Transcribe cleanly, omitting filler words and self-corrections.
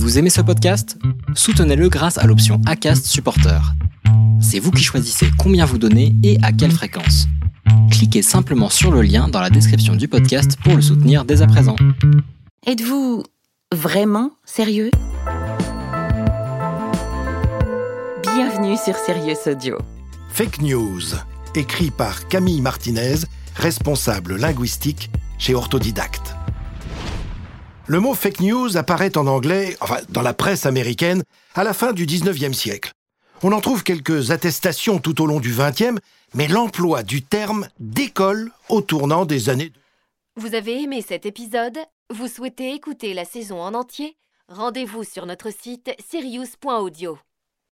Vous aimez ce podcast ? Soutenez-le grâce à l'option Acast Supporter. C'est vous qui choisissez combien vous donnez et à quelle fréquence. Cliquez simplement sur le lien dans la description du podcast pour le soutenir dès à présent. Êtes-vous vraiment sérieux ? Bienvenue sur Sirius Audio. Fake News, écrit par Camille Martinez, responsable linguistique chez Orthodidacte. Le mot fake news apparaît en anglais, dans la presse américaine, à la fin du 19e siècle. On en trouve quelques attestations tout au long du 20e, mais l'emploi du terme décolle au tournant des années. Vous avez aimé cet épisode ? Vous souhaitez écouter la saison en entier ? Rendez-vous sur notre site sirius.audio.